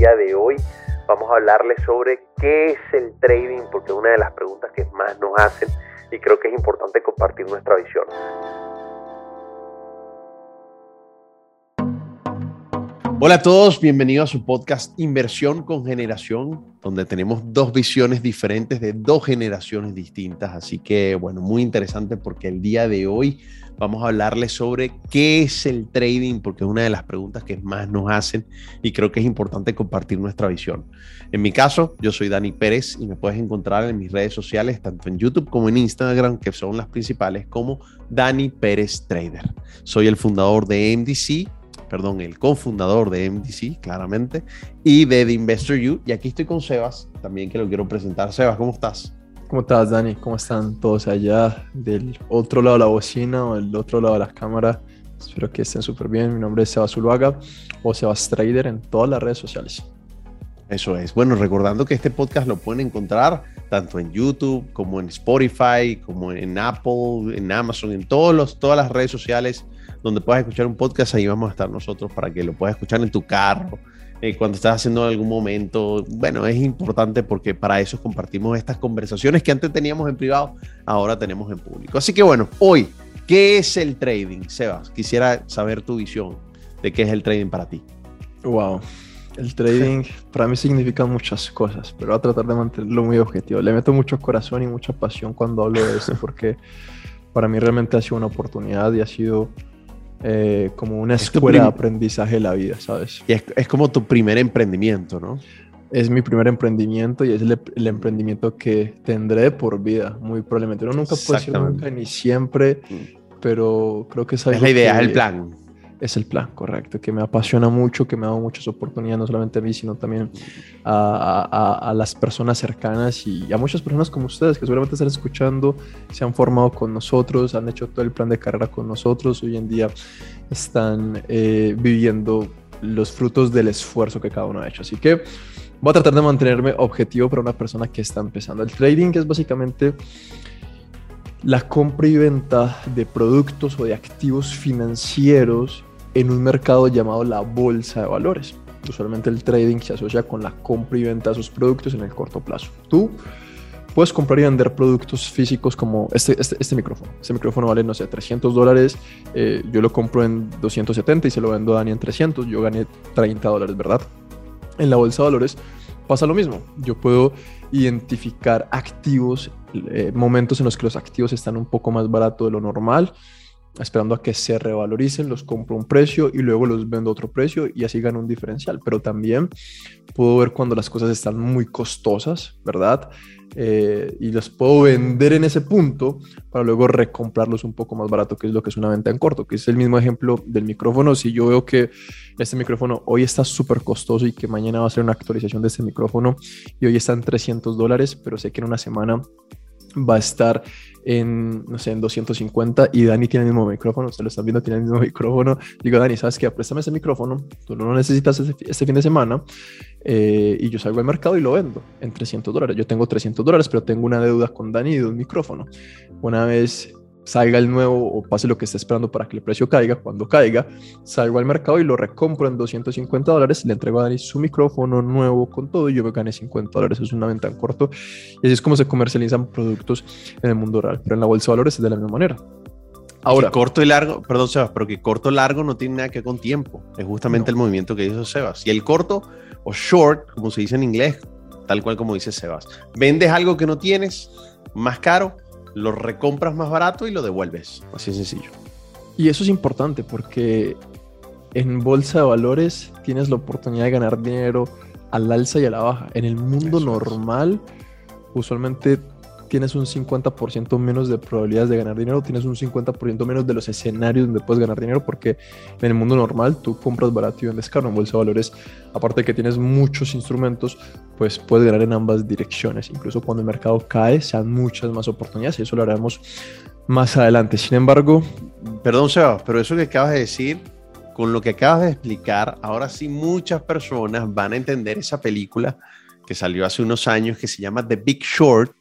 día de hoy vamos a hablarles sobre qué es el trading, porque es una de las preguntas que más nos hacen y creo que es importante compartir nuestra visión. Hola a todos, bienvenidos a su podcast Inversión con Generación, donde tenemos dos visiones diferentes de dos generaciones distintas. Así que, bueno, muy interesante porque el día de hoy vamos a hablarles sobre qué es el trading, porque es una de las preguntas que más nos hacen y creo que es importante compartir nuestra visión. En mi caso, yo soy Dani Pérez y me puedes encontrar en mis redes sociales, tanto en YouTube como en Instagram, que son las principales, como Dani Pérez Trader. Soy el fundador de el cofundador de MDC, claramente, y de The Investor You. Y aquí estoy con Sebas, también que lo quiero presentar. Sebas, ¿cómo estás? ¿Cómo estás, Dani? ¿Cómo están todos allá del otro lado de la bocina o del otro lado de la cámara? Espero que estén súper bien. Mi nombre es Sebas Zuluaga o Sebas Trader en todas las redes sociales. Eso es. Bueno, recordando que este podcast lo pueden encontrar tanto en YouTube como en Spotify, como en Apple, en Amazon, en todas las redes sociales donde puedas escuchar un podcast. Ahí vamos a estar nosotros para que lo puedas escuchar en tu carro, cuando estás haciendo algún momento. Bueno, es importante porque para eso compartimos estas conversaciones que antes teníamos en privado, ahora tenemos en público. Así que bueno, hoy, ¿qué es el trading? Sebas, quisiera saber tu visión de qué es el trading para ti. Wow. El trading para mí significa muchas cosas, pero voy a tratar de mantenerlo muy objetivo. Le meto mucho corazón y mucha pasión cuando hablo de esto, porque para mí realmente ha sido una oportunidad y ha sido como una escuela de aprendizaje de la vida, ¿sabes? Y es como tu primer emprendimiento, ¿no? Es mi primer emprendimiento y es el emprendimiento que tendré por vida, muy probablemente. Uno nunca puede decir nunca ni siempre, pero creo que es algo. Es la idea, es el plan. Es el plan, correcto, que me apasiona mucho, que me ha dado muchas oportunidades, no solamente a mí, sino también a las personas cercanas y a muchas personas como ustedes que seguramente están escuchando, se han formado con nosotros, han hecho todo el plan de carrera con nosotros, hoy en día están viviendo los frutos del esfuerzo que cada uno ha hecho. Así que voy a tratar de mantenerme objetivo para una persona que está empezando. El trading, que es básicamente la compra y venta de productos o de activos financieros en un mercado llamado la bolsa de valores. Usualmente el trading se asocia con la compra y venta de esos productos en el corto plazo. Tú puedes comprar y vender productos físicos como este micrófono. Este micrófono vale, no sé, $300. Yo lo compro en 270 y se lo vendo a Dani en 300. Yo gané $30, ¿verdad? En la bolsa de valores pasa lo mismo. Yo puedo identificar activos, momentos en los que los activos están un poco más baratos de lo normal, esperando a que se revaloricen, los compro a un precio y luego los vendo a otro precio y así gano un diferencial. Pero también puedo ver cuando las cosas están muy costosas, ¿verdad? Y los puedo vender en ese punto para luego recomprarlos un poco más barato, que es lo que es una venta en corto, que es el mismo ejemplo del micrófono. Si yo veo que este micrófono hoy está súper costoso y que mañana va a ser una actualización de este micrófono y hoy está en $300, pero sé que en una semana va a estar en, no sé, en 250 y Dani tiene el mismo micrófono, ustedes lo están viendo, tiene el mismo micrófono. Digo, Dani, ¿sabes qué? Préstame ese micrófono, tú no lo necesitas este fin de semana y yo salgo al mercado y lo vendo en $300. Yo tengo $300, pero tengo una deuda con Dani de un micrófono. Una vez salga el nuevo o pase lo que está esperando para que el precio caiga, cuando caiga, salgo al mercado y lo recompro en $250, le entrego a Dani su micrófono nuevo con todo y yo me gané $50. Es una venta en corto y así es como se comercializan productos en el mundo real, pero en la bolsa de valores es de la misma manera. Ahora, corto y largo, perdón Sebas, pero que corto y largo no tiene nada que ver con tiempo, es justamente el movimiento que hizo Sebas. Y el corto o short, como se dice en inglés, tal cual como dice Sebas, vendes algo que no tienes más caro, lo recompras más barato y lo devuelves. Así de sencillo. Y eso es importante porque en bolsa de valores tienes la oportunidad de ganar dinero al alza y a la baja. En el mundo normal, usualmente tienes un 50% menos de probabilidades de ganar dinero, tienes un 50% menos de los escenarios donde puedes ganar dinero, porque en el mundo normal tú compras barato y vendes caro. En bolsa de valores, aparte de que tienes muchos instrumentos, pues puedes ganar en ambas direcciones. Incluso cuando el mercado cae, se dan muchas más oportunidades y eso lo haremos más adelante. Sin embargo... Perdón, Sebas, pero eso que acabas de decir, con lo que acabas de explicar, ahora sí muchas personas van a entender esa película que salió hace unos años que se llama The Big Short,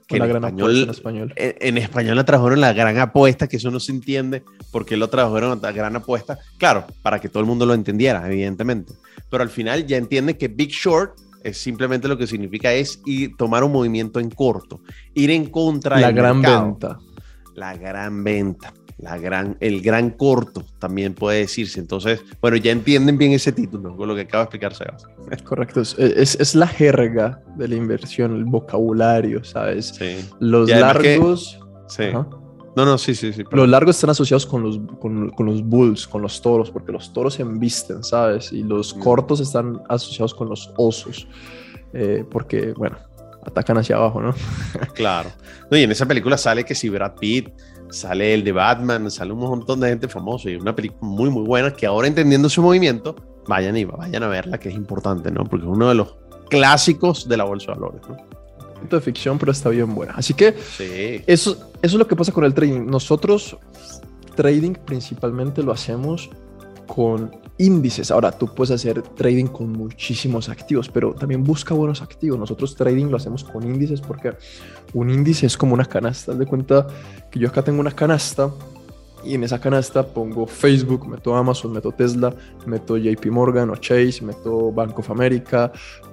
que la en gran español, apuesta en español. En español la tradujeron la gran apuesta, que eso no se entiende porque lo tradujeron la gran apuesta. Claro, para que todo el mundo lo entendiera, evidentemente. Pero al final ya entiende que Big Short es simplemente lo que significa es tomar un movimiento en corto, ir en contra del mercado. La gran venta. El gran corto también puede decirse. Entonces, bueno, ya entienden bien ese título con lo que acaba de explicar Sebas. Correcto, es la jerga de la inversión, el vocabulario, ¿sabes? Sí. Los largos... Sí. Ajá. No, sí. Los largos están asociados con los bulls, con los toros, porque los toros se embisten, ¿sabes? Y los cortos están asociados con los osos, porque, bueno, atacan hacia abajo, ¿no? Claro. No, y en esa película sale que si Brad Pitt, sale el de Batman, sale un montón de gente famosa y una película muy, muy buena que ahora entendiendo su movimiento, vayan a verla, que es importante, ¿no? Porque es uno de los clásicos de la bolsa de valores, ¿no? De ficción, pero está bien buena. Así que sí. Eso es lo que pasa con el trading. Nosotros, trading principalmente lo hacemos con índices. Ahora, tú puedes hacer trading con muchísimos activos, pero también busca buenos activos. Nosotros trading lo hacemos con índices porque un índice es como una canasta. Haz de cuenta que yo acá tengo una canasta y en esa canasta pongo Facebook, meto Amazon, meto Tesla, meto JP Morgan o Chase, meto Bank of America,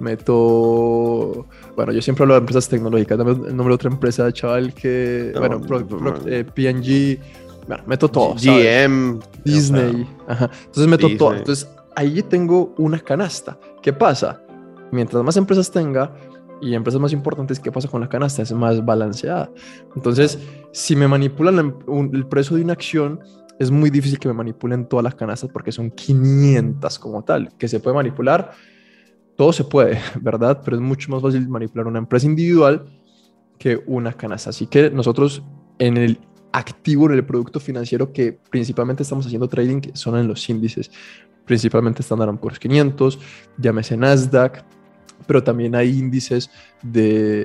meto... Bueno, yo siempre hablo de empresas tecnológicas. Dame el nombre de otra empresa, chaval, que... P&G... Bueno, meto todo, GM, Disney. Ajá. Entonces meto todo. Entonces ahí tengo una canasta. ¿Qué pasa? Mientras más empresas tenga y empresas más importantes, ¿qué pasa con la canasta? Es más balanceada. Entonces, si me manipulan el precio de una acción, es muy difícil que me manipulen todas las canastas porque son 500 como tal. Que se puede manipular, todo se puede, ¿verdad? Pero es mucho más fácil manipular una empresa individual que una canasta. Así que nosotros en el activo, en el producto financiero que principalmente estamos haciendo trading, son en los índices, principalmente Standard & Poor's 500, llámese Nasdaq, pero también hay índices de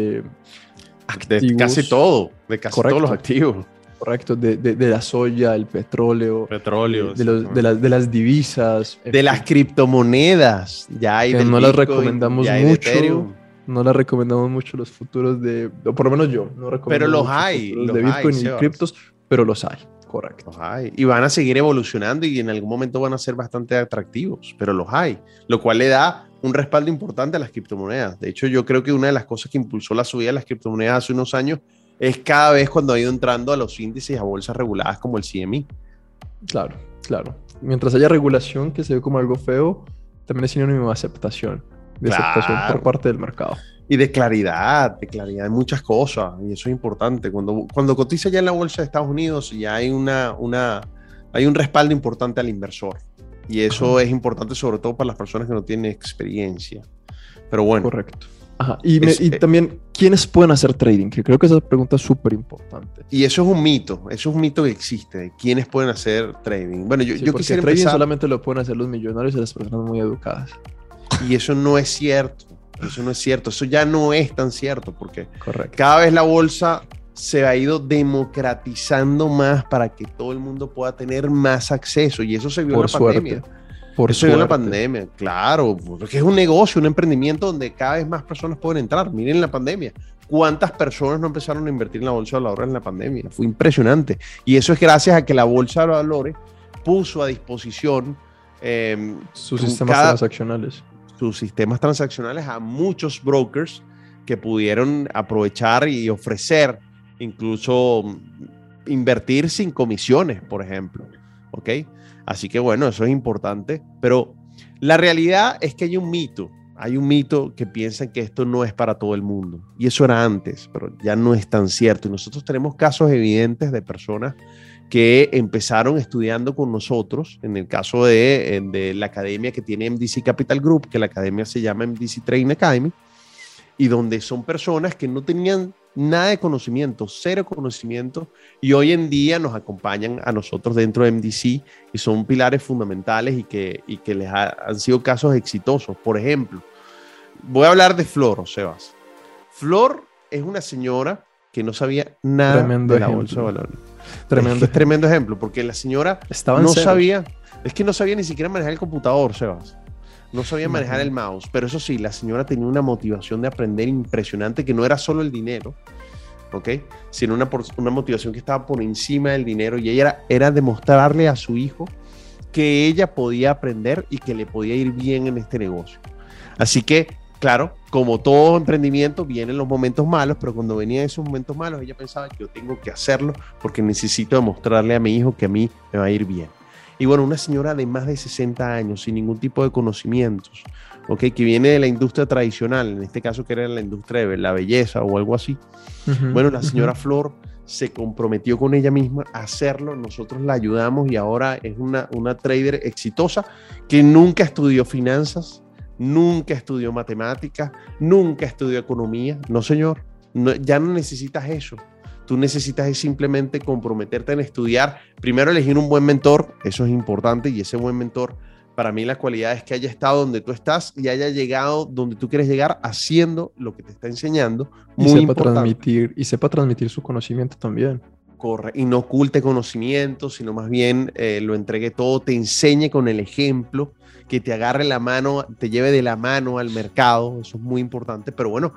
casi todo, de casi todos los activos. Correcto, de la soya, el petróleo, de las divisas, de las criptomonedas, ya hay que no Bitcoin, las recomendamos mucho. No las recomendamos mucho los futuros o por lo menos yo no recomiendo. Pero los hay, de Bitcoin y criptos, pero los hay, correcto. Los hay. Y van a seguir evolucionando y en algún momento van a ser bastante atractivos, pero los hay, lo cual le da un respaldo importante a las criptomonedas. De hecho, yo creo que una de las cosas que impulsó la subida de las criptomonedas hace unos años es cada vez cuando ha ido entrando a los índices y a bolsas reguladas como el CME. Claro. Mientras haya regulación, que se ve como algo feo, también es sinónimo de aceptación. Aceptación por parte del mercado. Y de claridad en muchas cosas, y eso es importante. Cuando cotiza ya en la bolsa de Estados Unidos, ya hay hay un respaldo importante al inversor. Y eso es importante sobre todo para las personas que no tienen experiencia. Pero bueno. Correcto. Ajá. Y también, ¿quiénes pueden hacer trading? Que creo que esa pregunta es súper importante. Y eso es un mito que existe, de quiénes pueden hacer trading. Bueno, yo quisiera trading empezar... solamente lo pueden hacer los millonarios y las personas muy educadas. Y eso no es cierto, eso ya no es tan cierto, porque correcto, cada vez la bolsa se ha ido democratizando más para que todo el mundo pueda tener más acceso, y eso se vio en la pandemia. Eso vio en la pandemia, claro, porque es un negocio, un emprendimiento donde cada vez más personas pueden entrar. Miren la pandemia, ¿cuántas personas no empezaron a invertir en la bolsa de valores en la pandemia? Fue impresionante, y eso es gracias a que la bolsa de valores puso a disposición sus sistemas transaccionales a muchos brokers que pudieron aprovechar y ofrecer, incluso invertir sin comisiones, por ejemplo. ¿Ok? Así que bueno, eso es importante, pero la realidad es que hay un mito que piensa que esto no es para todo el mundo, y eso era antes, pero ya no es tan cierto, y nosotros tenemos casos evidentes de personas que empezaron estudiando con nosotros, en el caso de la academia que tiene MDC Capital Group, que la academia se llama MDC Trading Academy, y donde son personas que no tenían nada de conocimiento, cero conocimiento, y hoy en día nos acompañan a nosotros dentro de MDC y son pilares fundamentales y que les han sido casos exitosos. Por ejemplo, voy a hablar de Flor, Sebas. Flor es una señora que no sabía nada de la bolsa de valores. Tremendo ejemplo, porque la señora no sabía ni siquiera manejar el computador, Sebas. No sabía manejar el mouse, pero eso sí, la señora tenía una motivación de aprender impresionante, que no era solo el dinero, ¿ok? Sino una motivación que estaba por encima del dinero, y ella era demostrarle a su hijo que ella podía aprender y que le podía ir bien en este negocio. Así que, claro, como todo emprendimiento, vienen los momentos malos, pero cuando venían esos momentos malos, ella pensaba que yo tengo que hacerlo porque necesito demostrarle a mi hijo que a mí me va a ir bien. Y bueno, una señora de más de 60 años, sin ningún tipo de conocimientos, ¿okay? Que viene de la industria tradicional, en este caso que era la industria de la belleza o algo así. Bueno, la señora Flor se comprometió con ella misma a hacerlo, nosotros la ayudamos y ahora es una trader exitosa que nunca estudió finanzas, nunca estudió matemáticas, nunca estudió economía. No, señor, ya no necesitas eso. Tú necesitas es simplemente comprometerte en estudiar. Primero, elegir un buen mentor, eso es importante, y ese buen mentor, para mí la cualidad es que haya estado donde tú estás y haya llegado donde tú quieres llegar haciendo lo que te está enseñando. Muy importante. Y sepa transmitir su conocimiento también. Corre, y no oculte conocimiento, sino más bien lo entregue todo, te enseñe con el ejemplo, que te agarre la mano, te lleve de la mano al mercado, eso es muy importante. Pero bueno,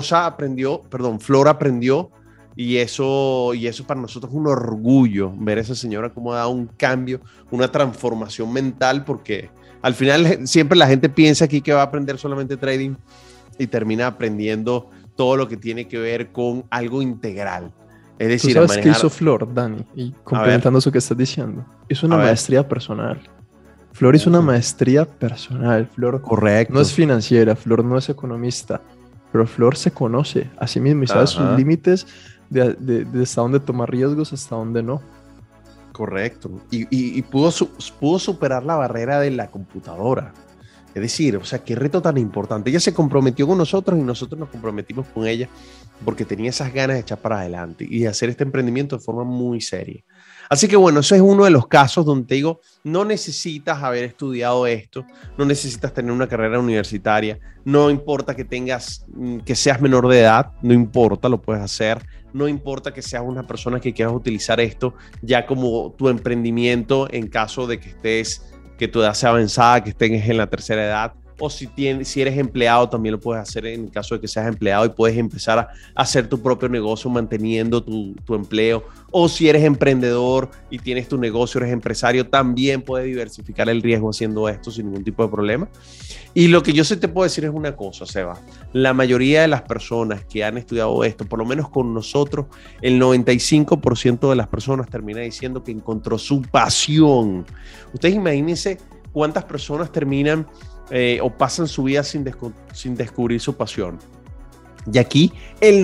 Flor aprendió, y eso para nosotros es un orgullo ver a esa señora cómo ha dado un cambio, una transformación mental, porque al final siempre la gente piensa aquí que va a aprender solamente trading y termina aprendiendo todo lo que tiene que ver con algo integral. Es decir, ¿tú sabes qué hizo Flor, Dani? Y complementando eso que estás diciendo, hizo una maestría personal. Flor hizo una maestría personal. Flor, correcto, no es financiera, Flor no es economista, pero Flor se conoce a sí misma y sabe sus límites de hasta dónde tomar riesgos, hasta dónde no. Correcto. Y pudo superar la barrera de la computadora. Es decir, o sea, qué reto tan importante. Ella se comprometió con nosotros y nosotros nos comprometimos con ella porque tenía esas ganas de echar para adelante y de hacer este emprendimiento de forma muy seria. Así que bueno, eso es uno de los casos donde te digo, no necesitas haber estudiado esto, no necesitas tener una carrera universitaria, no importa que seas menor de edad, no importa, lo puedes hacer. No importa que seas una persona que quieras utilizar esto ya como tu emprendimiento en caso de que tu edad sea avanzada, que estés en la tercera edad, o si eres empleado también lo puedes hacer en caso de que seas empleado y puedes empezar a hacer tu propio negocio manteniendo tu empleo, o si eres emprendedor y tienes tu negocio, eres empresario, también puedes diversificar el riesgo haciendo esto sin ningún tipo de problema. Y lo que yo sí te puedo decir es una cosa, Seba, la mayoría de las personas que han estudiado esto, por lo menos con nosotros, el 95% de las personas termina diciendo que encontró su pasión. Ustedes imagínense cuántas personas terminan o pasan su vida sin descubrir su pasión. Y aquí el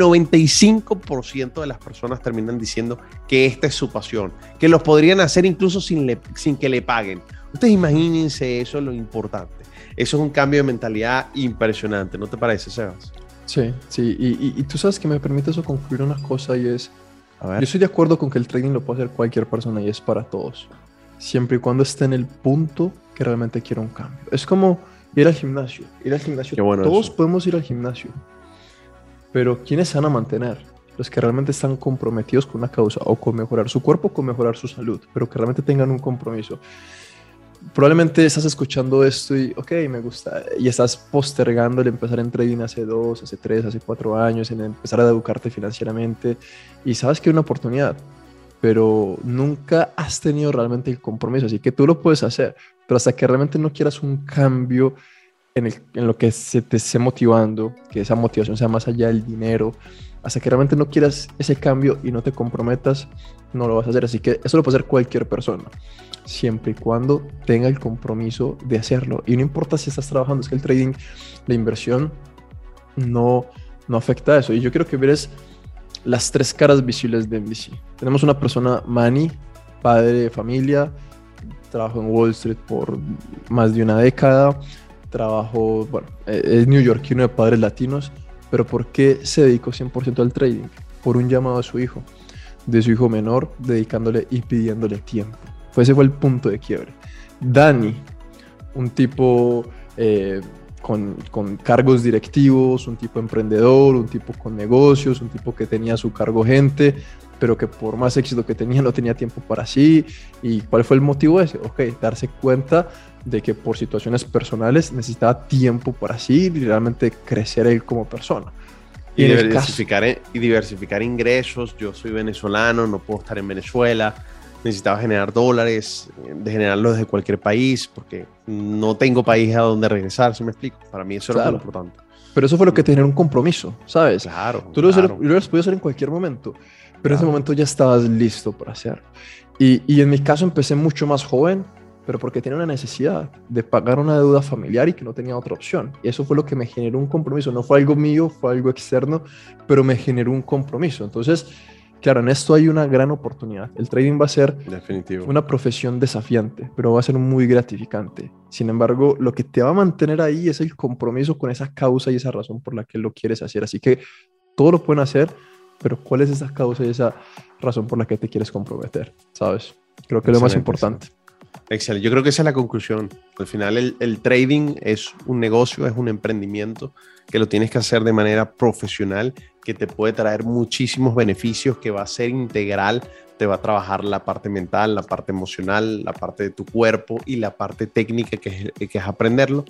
95% de las personas terminan diciendo que esta es su pasión, que los podrían hacer incluso sin que le paguen. Ustedes imagínense eso, lo importante. Eso es un cambio de mentalidad impresionante, ¿no te parece, Sebas? Sí, y tú sabes que me permite eso concluir una cosa, y es, yo estoy de acuerdo con que el trading lo puede hacer cualquier persona y es para todos, siempre y cuando esté en el punto que realmente quiera un cambio. Es como ir al gimnasio. Qué bueno, todos eso. Podemos ir al gimnasio, pero ¿quiénes se van a mantener? Los que realmente están comprometidos con una causa, o con mejorar su cuerpo, o con mejorar su salud, pero que realmente tengan un compromiso. Probablemente estás escuchando esto y, ok, me gusta, y estás postergando el empezar en trading hace 2, hace 3, hace 4 años, en empezar a educarte financieramente, y sabes que hay una oportunidad, pero nunca has tenido realmente el compromiso, así que tú lo puedes hacer, pero hasta que realmente no quieras un cambio en lo que se te esté motivando, que esa motivación sea más allá del dinero, hasta que realmente no quieras ese cambio y no te comprometas, no lo vas a hacer. Así que eso lo puede hacer cualquier persona, siempre y cuando tenga el compromiso de hacerlo. Y no importa si estás trabajando, es que el trading, la inversión, no afecta a eso. Y yo quiero que veas las 3 caras visibles de MVC. Tenemos una persona, Manny, padre de familia, trabajó en Wall Street por más de una década, es neoyorquino de padres latinos, pero ¿por qué se dedicó 100% al trading? Por un llamado a su hijo, de su hijo menor, dedicándole y pidiéndole tiempo. Ese fue el punto de quiebre. Dani, un tipo con cargos directivos, un tipo emprendedor, un tipo con negocios, un tipo que tenía a su cargo gente, pero que por más éxito que tenía no tenía tiempo para sí. ¿Y cuál fue el motivo ese? Ok, darse cuenta de que por situaciones personales necesitaba tiempo para sí y realmente crecer él como persona. Y en el caso... diversificar ingresos. Yo soy venezolano, no puedo estar en Venezuela. Necesitaba generar dólares, de generarlos desde cualquier país, porque no tengo país a donde regresar, ¿sí me explico? Para mí eso era lo importante. Pero eso fue lo que te generó un compromiso, ¿sabes? Claro. Tú lo hubieras podido hacer en cualquier momento, pero en ese momento ya estabas listo para hacerlo. Y en mi caso empecé mucho más joven, pero porque tenía una necesidad de pagar una deuda familiar y que no tenía otra opción. Y eso fue lo que me generó un compromiso. No fue algo mío, fue algo externo, pero me generó un compromiso. Entonces, claro, en esto hay una gran oportunidad. El trading va a ser una profesión desafiante, pero va a ser muy gratificante. Sin embargo, lo que te va a mantener ahí es el compromiso con esa causa y esa razón por la que lo quieres hacer. Así que todo lo pueden hacer, pero ¿cuál es esa causa y esa razón por la que te quieres comprometer? ¿Sabes? Creo que es lo más importante. Excelente. Yo creo que esa es la conclusión. Al final el trading es un negocio, es un emprendimiento que lo tienes que hacer de manera profesional, que te puede traer muchísimos beneficios, que va a ser integral, te va a trabajar la parte mental, la parte emocional, la parte de tu cuerpo y la parte técnica que es aprenderlo.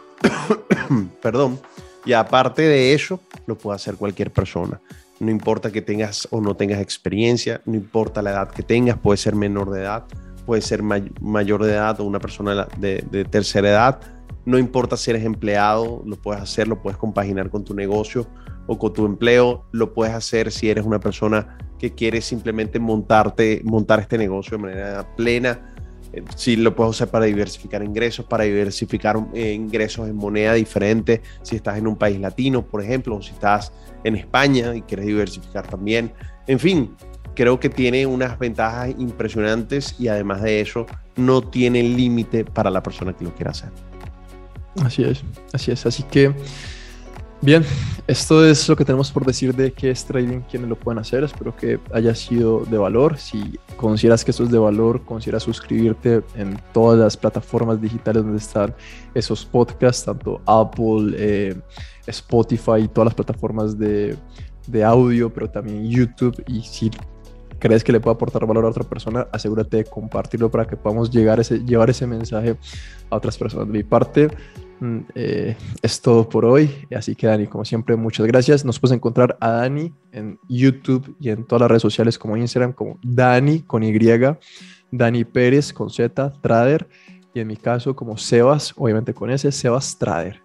Perdón. Y aparte de eso, lo puede hacer cualquier persona. No importa que tengas o no tengas experiencia, no importa la edad que tengas, puede ser menor de edad, puede ser mayor de edad o una persona de tercera edad. No importa si eres empleado, lo puedes hacer, lo puedes compaginar con tu negocio o con tu empleo. Lo puedes hacer si eres una persona que quiere simplemente montar este negocio de manera plena. Sí, lo puedes usar para diversificar ingresos, ingresos en moneda diferente. Si estás en un país latino, por ejemplo, o si estás en España y quieres diversificar también. En fin, creo que tiene unas ventajas impresionantes y además de eso, no tiene límite para la persona que lo quiera hacer. Así es. Así que, bien, esto es lo que tenemos por decir de qué es trading, quiénes lo pueden hacer. Espero que haya sido de valor. Si consideras que esto es de valor, considera suscribirte en todas las plataformas digitales donde están esos podcasts, tanto Apple, Spotify, todas las plataformas de audio, pero también YouTube. Y si crees que le puede aportar valor a otra persona, asegúrate de compartirlo para que podamos llevar ese mensaje a otras personas. De mi parte, es todo por hoy. Así que, Dani, como siempre, muchas gracias. Nos puedes encontrar a Dani en YouTube y en todas las redes sociales como Instagram, como Dani con Y, Dani Pérez con Z, Trader, y en mi caso como Sebas, obviamente con S, Sebas Trader.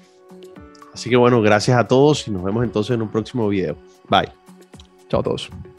Así que bueno, gracias a todos y nos vemos entonces en un próximo video. Bye. Chao a todos.